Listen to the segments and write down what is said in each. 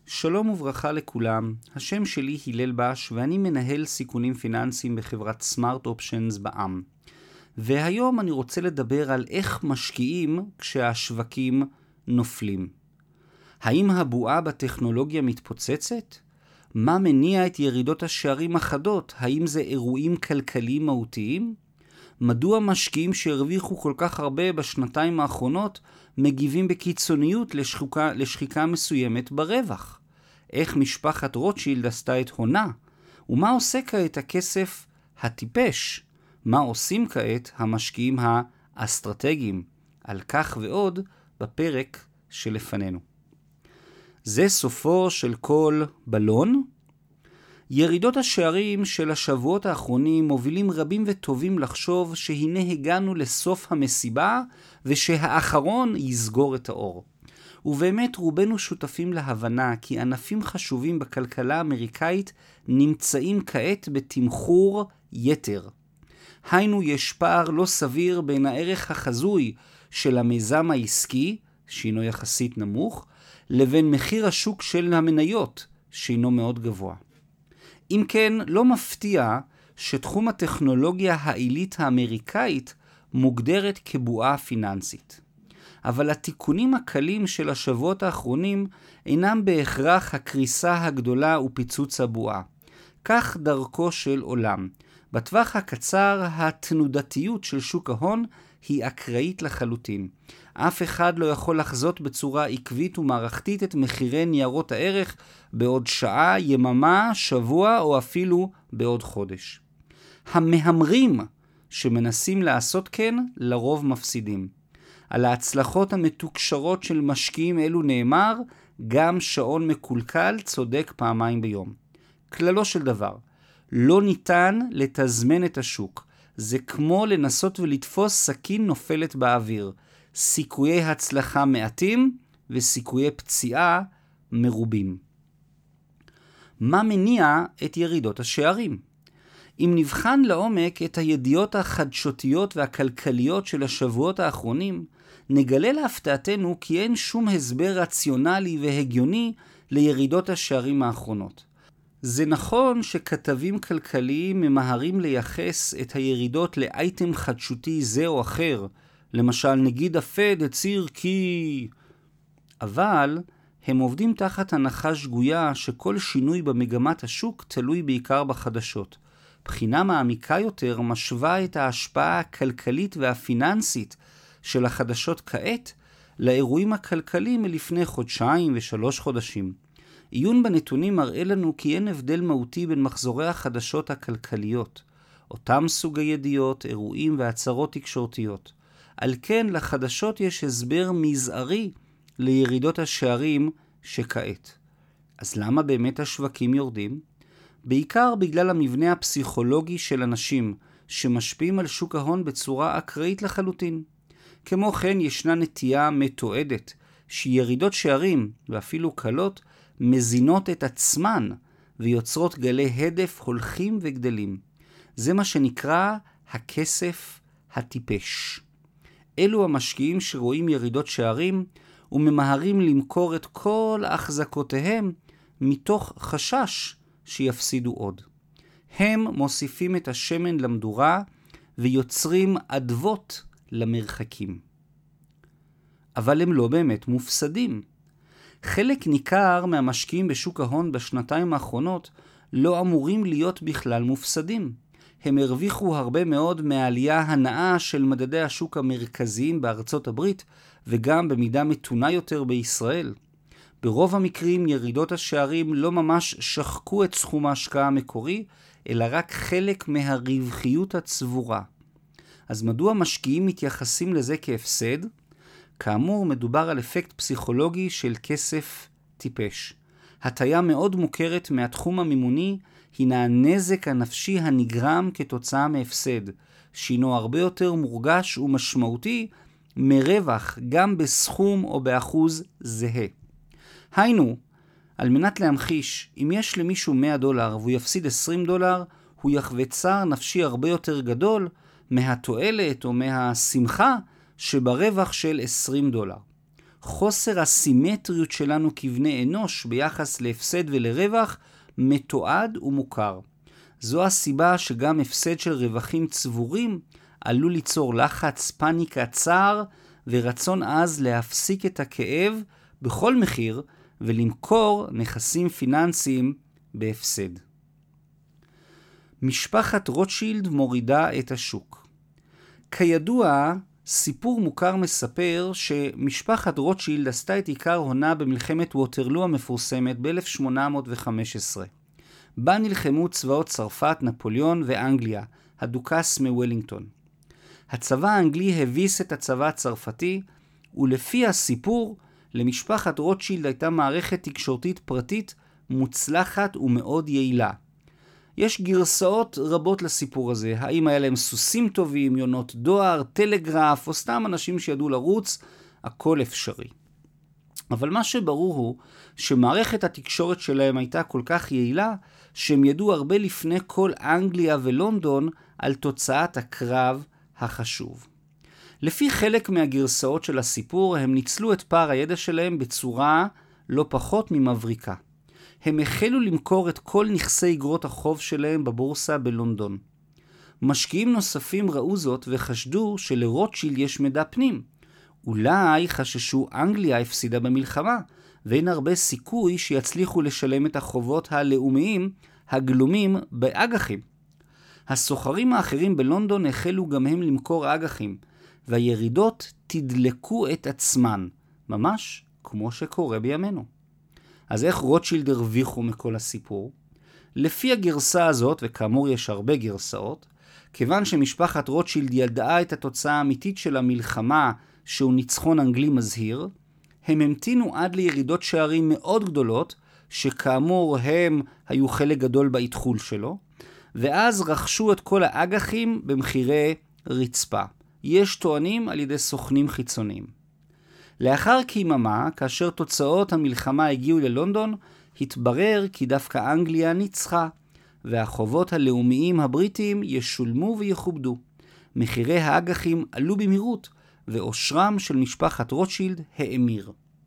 שלום וברכה לכולם, השם שלי הלל בש ואני מנהל סיכונים פיננסיים בחברת סמארט אופשנס בע"מ. והיום אני רוצה לדבר על איך משקיעים כשהשווקים נופלים. האם הבועה בטכנולוגיה מתפוצצת? מה מניע את ירידות השערים החדות? האם זה אירועים כלכליים מהותיים? מדוע משקיעים שהרוויחו כל כך הרבה בשנתיים האחרונות מגיבים בקיצוניות לשחיקה מסוימת ברווח? איך משפחת רוטשילד עשתה את הונה? ומה עושה כעת הכסף הטיפש? מה עושים כעת המשקיעים האסטרטגיים? על כך ועוד בפרק שלפנינו. זה סופו של כל בלון. ירידות השערים של השבועות האחרונים מובילים רבים וטובים לחשוב שהנה הגענו לסוף המסיבה ושהאחרון יסגור את האור. ובאמת רובנו שותפים להבנה כי ענפים חשובים בכלכלה האמריקאית נמצאים כעת בתמחור יתר. היינו, יש פער לא סביר בין הערך החזוי של המיזם העסקי, שהינו יחסית נמוך, לבין מחיר השוק של המניות, שהינו מאוד גבוה. אם כן, לא מפתיע שתחום הטכנולוגיה העילית האמריקאית מוגדרת כבועה פיננסית. אבל התיקונים הקלים של השבועות האחרונים אינם בהכרח הקריסה הגדולה ופיצוץ הבועה. כך דרכו של עולם. בטווח הקצר התנודתיות של שוק ההון היא אקראית לחלוטין. אף אחד לא יכול לחזות בצורה עקבית ומערכתית את מחירי ניירות הערך בעוד שעה, יממה, שבוע או אפילו בעוד חודש. המהמרים שמנסים לעשות כן לרוב מפסידים. על ההצלחות המתוקשרות של משקיעים אלו נאמר, גם שעון מקולקל צודק פעמיים ביום. כללו של דבר, לא ניתן לתזמן את השוק. זה כמו לנסות ולתפוס סכין נופלת באוויר. סיכויי הצלחה מעטים וסיכויי פציעה מרובים. מה מניע את ירידות השערים? אם נבחן לעומק את הידיעות החדשותיות והכלכליות של השבועות האחרונים, נגלה להפתעתנו כי אין שום הסבר רציונלי והגיוני לירידות השערים האחרונות. זה נכון שכתבים כלכליים ממהרים לייחס את הירידות לאייטם חדשותי זה או אחר, למשל נגיד הפד הצהיר כי... אבל הם עובדים תחת הנחה שגויה שכל שינוי במגמת השוק תלוי בעיקר בחדשות. בחינה מעמיקה יותר משווה את ההשפעה הכלכלית והפיננסית של החדשות כעת לאירועים הכלכליים מלפני חודשיים ו3 חודשים. עיון בנתונים מראה לנו כי אין הבדל מהותי בין מחזורי החדשות הכלכליות, אותם סוג הידיעות, אירועים והצהרות תקשורתיות. על כן לחדשות יש הסבר מזערי לירידות השערים שכעת. אז למה באמת השווקים יורדים? בעיקר בגלל המבנה הפסיכולוגי של אנשים שמשפיעים על שוק ההון בצורה אקראית לחלוטין. כמו כן ישנה נטייה מתועדת שירידות שערים ואפילו קלות מזינות את עצמן ויוצרות גלי הדף הולכים וגדלים. זה מה שנקרא הכסף הטיפש. אלו המשקיעים שרואים ירידות שערים וממהרים למכור את כל החזקותיהם מתוך חשש שיפסידו עוד. הם מוסיפים את השמן למדורה ויוצרים אדוות למרחקים. אבל הם לא באמת מופסדים. חלק ניכר מהמשקיעים בשוק ההון בשנתיים האחרונות לא אמורים להיות בכלל מופסדים. הם הרוויחו הרבה מאוד מהעלייה הנאה של מדדי השוק המרכזיים בארצות הברית וגם במידה מתונה יותר בישראל. ברוב המקרים ירידות השערים לא ממש שחקו את סכום ההשקעה המקורי, אלא רק חלק מהרווחיות הצבורה. אז מדוע משקיעים מתייחסים לזה כהפסד? כאמור, מדובר על אפקט פסיכולוגי של כסף טיפש. הטיה מאוד מוכרת מהתחום המימוני הינה הנזק הנפשי הנגרם כתוצאה מהפסד, שינו הרבה יותר מורגש ומשמעותי מרווח גם בסכום או באחוז זהה. היינו, על מנת להמחיש, אם יש למישהו $100 והוא יפסיד $20, הוא יחווה צער נפשי הרבה יותר גדול מהתועלת או מהשמחה שברווח של $20. חוסר הסימטריות שלנו כבני אנוש ביחס להפסד ולרווח מתועד ומוכר. זו הסיבה שגם הפסד של רווחים צבורים עלול ליצור לחץ, פניקה, צער ורצון עז להפסיק את הכאב בכל מחיר ולמכור נכסים פיננסיים בהפסד. משפחת רוטשילד מורידה את השוק. כידוע, סיפור מוכר מספר שמשפחת רוטשילד עשתה את עיקר הונה במלחמת ווטרלו המפורסמת ב-1815. בה נלחמו צבאות צרפת, נפוליאון ואנגליה, הדוכס מוולינגטון. הצבא האנגלי הביס את הצבא הצרפתי, ולפי הסיפור, למשפחת רוטשילד הייתה מערכת תקשורתית פרטית מוצלחת ומאוד יעילה. יש גרסאות רבות לסיפור הזה, האם היה להם סוסים טובים, יונות דואר, טלגרף, או סתם אנשים שידעו לרוץ, הכל אפשרי. אבל מה שברור הוא שמערכת התקשורת שלהם הייתה כל כך יעילה, שהם ידעו הרבה לפני כל אנגליה ולונדון על תוצאת הקרב החשוב. לפי חלק מהגרסאות של הסיפור, הם ניצלו את פער הידע שלהם בצורה לא פחות ממבריקה. הם החלו למכור את כל נכסי אגרות החוב שלהם בבורסה בלונדון. משקיעים נוספים ראו זאת וחשדו שלרוטשילד יש מידע פנים. אולי חששו אנגליה הפסידה במלחמה, ואין הרבה סיכוי שיצליחו לשלם את החובות הלאומיים הגלומים באג"חים. הסוחרים האחרים בלונדון החלו גם הם למכור אג"חים, והירידות תדלקו את עצמן, ממש כמו שקורה בימינו. אז איך רוטשילד הרוויחו מכל הסיפור? לפי הגרסה הזאת, וכאמור יש הרבה גרסאות, כיוון שמשפחת רוטשילד ידעה את התוצאה האמיתית של המלחמה שהוא ניצחון אנגלי מזהיר, הם המתינו עד לירידות שערים מאוד גדולות, שכאמור הם היו חלק גדול בהתחול שלו, ואז רכשו את כל האג"חים במחירי רצפה. יש טוענים על ידי סוכנים חיצוניים. לאחר כיממה, כאשר תוצאות המלחמה הגיעו ללונדון, התברר כי דווקא אנגליה ניצחה, והחובות הלאומיים הבריטיים ישולמו ויכובדו. מחירי האג"חים עלו במהירות, ואושרם של משפחת רוטשילד האמיר.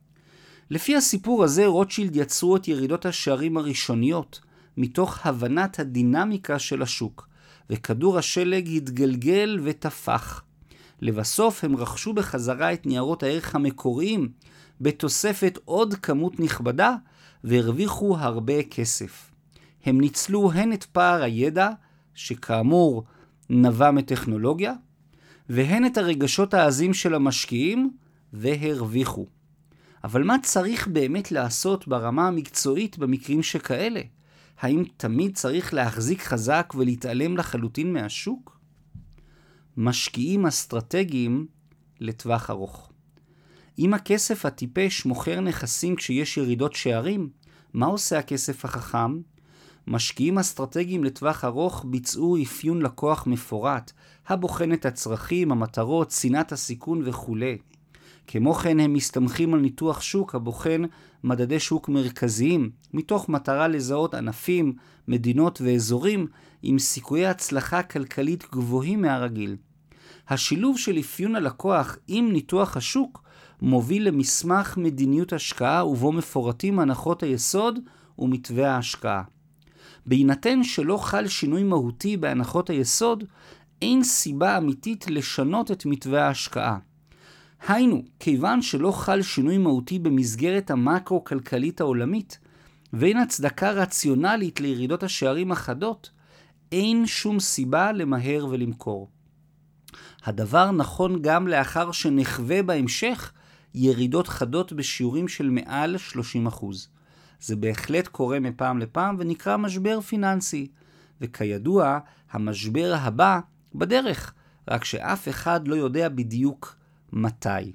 לפי הסיפור הזה, רוטשילד יצרו את ירידות השערים הראשוניות, מתוך הבנת הדינמיקה של השוק, וכדור השלג התגלגל ותפח. לבסוף הם רכשו בחזרה את ניירות הערך המקוריים, בתוספת עוד כמות נכבדה, והרוויחו הרבה כסף. הם ניצלו הן את פער הידע, שכאמור נבע מטכנולוגיה, והן את הרגשות העזים של המשקיעים, והרוויחו. אבל מה צריך באמת לעשות ברמה המקצועית במקרים שכאלה? האם תמיד צריך להחזיק חזק ולהתעלם לחלוטין מהשוק? משקיעים אסטרטגיים לטווח ארוך. אם הכסף הטיפש מוכר נכסים כשיש ירידות שערים, מה עושה הכסף החכם? משקיעים אסטרטגיים לטווח ארוך ביצעו אפיון לקוח מפורט, הבוחן את הצרכים, המטרות, צנעת הסיכון וכו'. כמו כן הם מסתמכים על ניתוח שוק הבוחן מדדי שוק מרכזיים, מתוך מטרה לזהות ענפים, מדינות ואזורים עם סיכויי הצלחה כלכלית גבוהים מהרגיל. השילוב של אפיון הלקוח עם ניתוח השוק מוביל למסמך מדיניות השקעה ובו מפורטים הנחות היסוד ומתווה ההשקעה. בהינתן שלא חל שינוי מהותי בהנחות היסוד, אין סיבה אמיתית לשנות את מתווה ההשקעה. היינו, כיוון שלא חל שינוי מהותי במסגרת המקרו-כלכלית העולמית, ואין הצדקה רציונלית לירידות השערים החדות, אין שום סיבה למהר ולמכור. הדבר נכון גם לאחר שנחווה בהמשך ירידות חדות בשיעורים של מעל 30%. זה בהחלט קורה מפעם לפעם ונקרא משבר פיננסי, וכידוע המשבר הבא בדרך, רק שאף אחד לא יודע בדיוק מתי.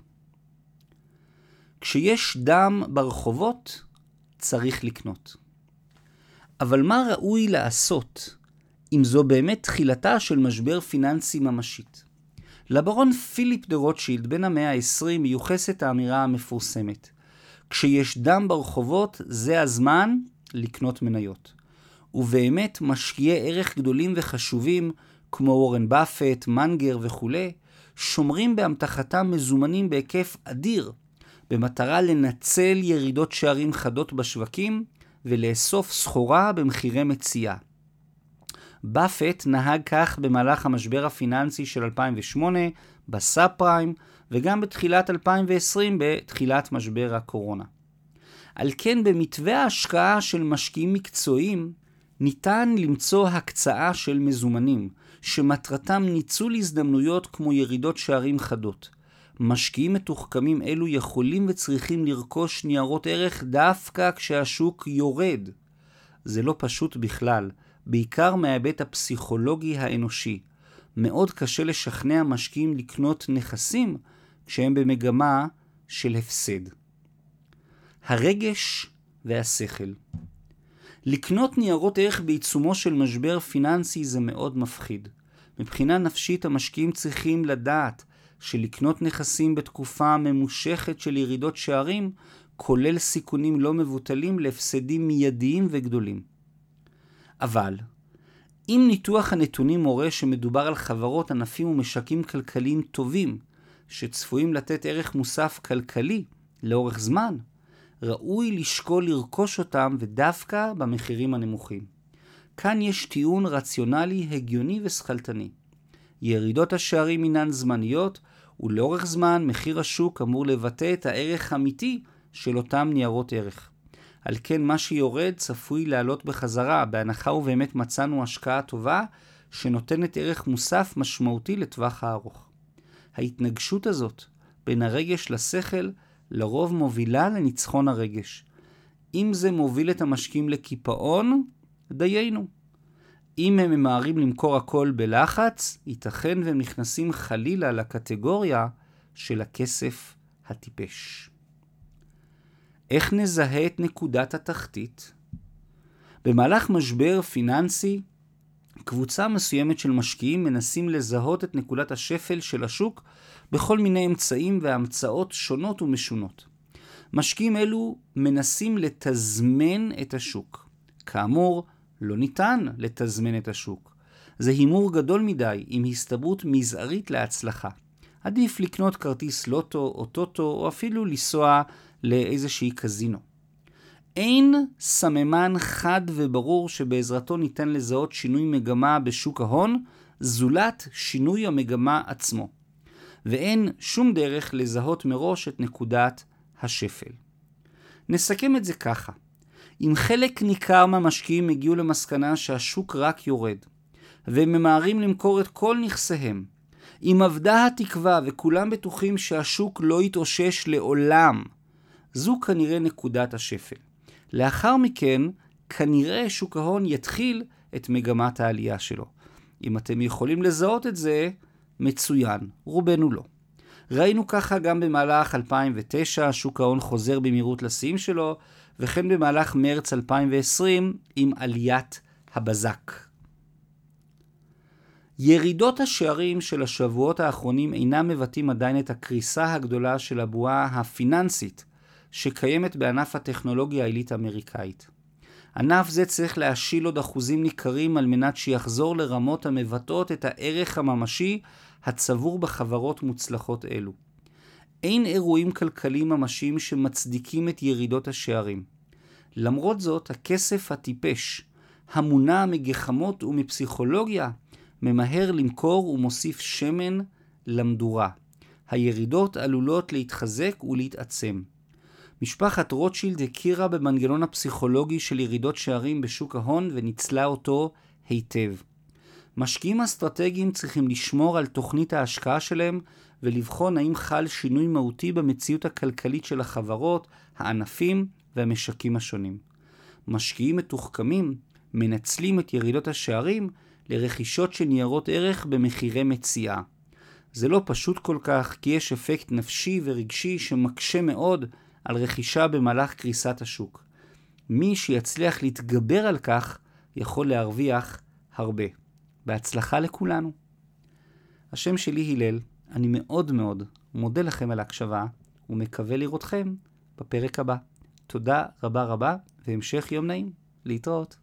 כשיש דם ברחובות צריך לקנות. אבל מה ראוי לעשות אם זו באמת תחילתה של משבר פיננסי ממשית? לברון פיליפ דה רוטשילד בן המאה ה-20 מיוחסת האמירה המפורסמת: כשיש דם ברחובות זה הזמן לקנות מניות. ובאמת משקיעי ערך גדולים וחשובים כמו וורן באפט, מנגר וכו' שומרים באמתחתם מזומנים בהיקף אדיר, במטרה לנצל ירידות שערים חדות בשווקים ולאסוף סחורה במחירי מציאה. באפט נהג כך במהלך המשבר הפיננסי של 2008 בסאב פריים וגם בתחילת 2020 בתחילת משבר הקורונה. על כן במתווה ההשקעה של משקיעים מקצועיים ניתן למצוא הקצאה של מזומנים שמטרתם ניצול הזדמנויות כמו ירידות שערים חדות. משקיעים מתוחכמים אלו יכולים וצריכים לרכוש ניירות ערך דווקא כשהשוק יורד. זה לא פשוט בכלל, בעיקר מההיבט הפסיכולוגי האנושי. מאוד קשה לשכנע משקיעים לקנות נכסים כשהם במגמה של הפסד. הרגש והשכל. לקנות ניירות ערך בעיצומו של משבר פיננסי זה מאוד מפחיד. מבחינה נפשית המשקיעים צריכים לדעת שלקנות נכסים בתקופה ממושכת של ירידות שערים כולל סיכונים לא מבוטלים להפסדים מיידיים וגדולים. אבל אם ניתוח הנתונים מורה שמדובר על חברות, ענפים ומשקים כלכליים טובים שצפויים לתת ערך מוסף כלכלי לאורך זמן, ראוי לשקול לרכוש אותם ודווקא במחירים הנמוכים. כאן יש טיעון רציונלי, הגיוני ושכלתני. ירידות השערים אינן זמניות, ולאורך זמן מחיר השוק אמור לבטא את הערך האמיתי של אותם ניירות ערך. על כן מה שיורד צפוי לעלות בחזרה, בהנחה ובאמת מצאנו השקעה טובה שנותנת ערך מוסף משמעותי לטווח הארוך. ההתנגשות הזאת בין הרגש לשכל לרוב מובילה לניצחון הרגש. אם זה מוביל את המשקיעים לקיפאון, דיינו. אם הם ממהרים למכור הכל בלחץ, ייתכן והם נכנסים חלילה לקטגוריה של הכסף הטיפש. איך נזהה את נקודת התחתית? במהלך משבר פיננסי, קבוצה מסוימת של משקיעים מנסים לזהות את נקודת השפל של השוק בכל מיני אמצעים והמצאות שונות ומשונות. משקיעים אלו מנסים לתזמן את השוק. כאמור, לא ניתן לתזמן את השוק. זה הימור גדול מדי עם הסתברות מזערית להצלחה. עדיף לקנות כרטיס לוטו או טוטו או אפילו לנסוע לאיזושהי קזינו. אין סממן חד וברור שבעזרתו ניתן לזהות שינוי מגמה בשוק ההון, זולת שינוי המגמה עצמו. ואין שום דרך לזהות מראש את נקודת השפל. נסכם את זה ככה. אם חלק ניכר מהמשקיעים הגיעו למסקנה שהשוק רק יורד, והם ממהרים למכור את כל נכסיהם, אם עבדה התקווה וכולם בטוחים שהשוק לא יתאושש לעולם, זו כנראה נקודת השפל. לאחר מכן, כנראה שוק ההון יתחיל את מגמת העלייה שלו. אם אתם יכולים לזהות את זה, מצוין, רובנו לא. ראינו ככה גם במהלך 2009, שוק ההון חוזר במהירות לשיאים שלו, וכן במהלך מרץ 2020 עם עליית הבזק. ירידות השערים של השבועות האחרונים אינם מבטאים עדיין את הקריסה הגדולה של הבועה הפיננסית שקיימת בענף הטכנולוגיה העילית האמריקאית. ענף זה צריך להשיל עוד אחוזים ניכרים על מנת שיחזור לרמות המבטאות את הערך הממשי הצבור בחברות מוצלחות אלו. אין אירועים כלכליים ממשיים שמצדיקים את ירידות השערים. למרות זאת, הכסף הטיפש, המונע מגחמות ומפסיכולוגיה, ממהר למכור ומוסיף שמן למדורה. הירידות עלולות להתחזק ולהתעצם. משפחת רוטשילד הכירה במנגנון הפסיכולוגי של ירידות שערים בשוק ההון וניצלה אותו היטב. משקיעים אסטרטגיים צריכים לשמור על תוכנית ההשקעה שלהם ולבחון האם חל שינוי מהותי במציאות הכלכלית של החברות, הענפים והמשקים השונים. משקיעים מתוחכמים מנצלים את ירידות השערים לרכישות של ניירות ערך במחירי מציאה. זה לא פשוט כל כך כי יש אפקט נפשי ורגשי שמקשה מאוד על רכישה במהלך קריסת השוק. מי שיצליח להתגבר על כך יכול להרוויח הרבה. בהצלחה לכולנו. השם שלי הלל, אני מאוד מאוד מודה לכם על ההקשבה ומקווה לראותכם בפרק הבא. תודה רבה רבה והמשך יום נעים. להתראות.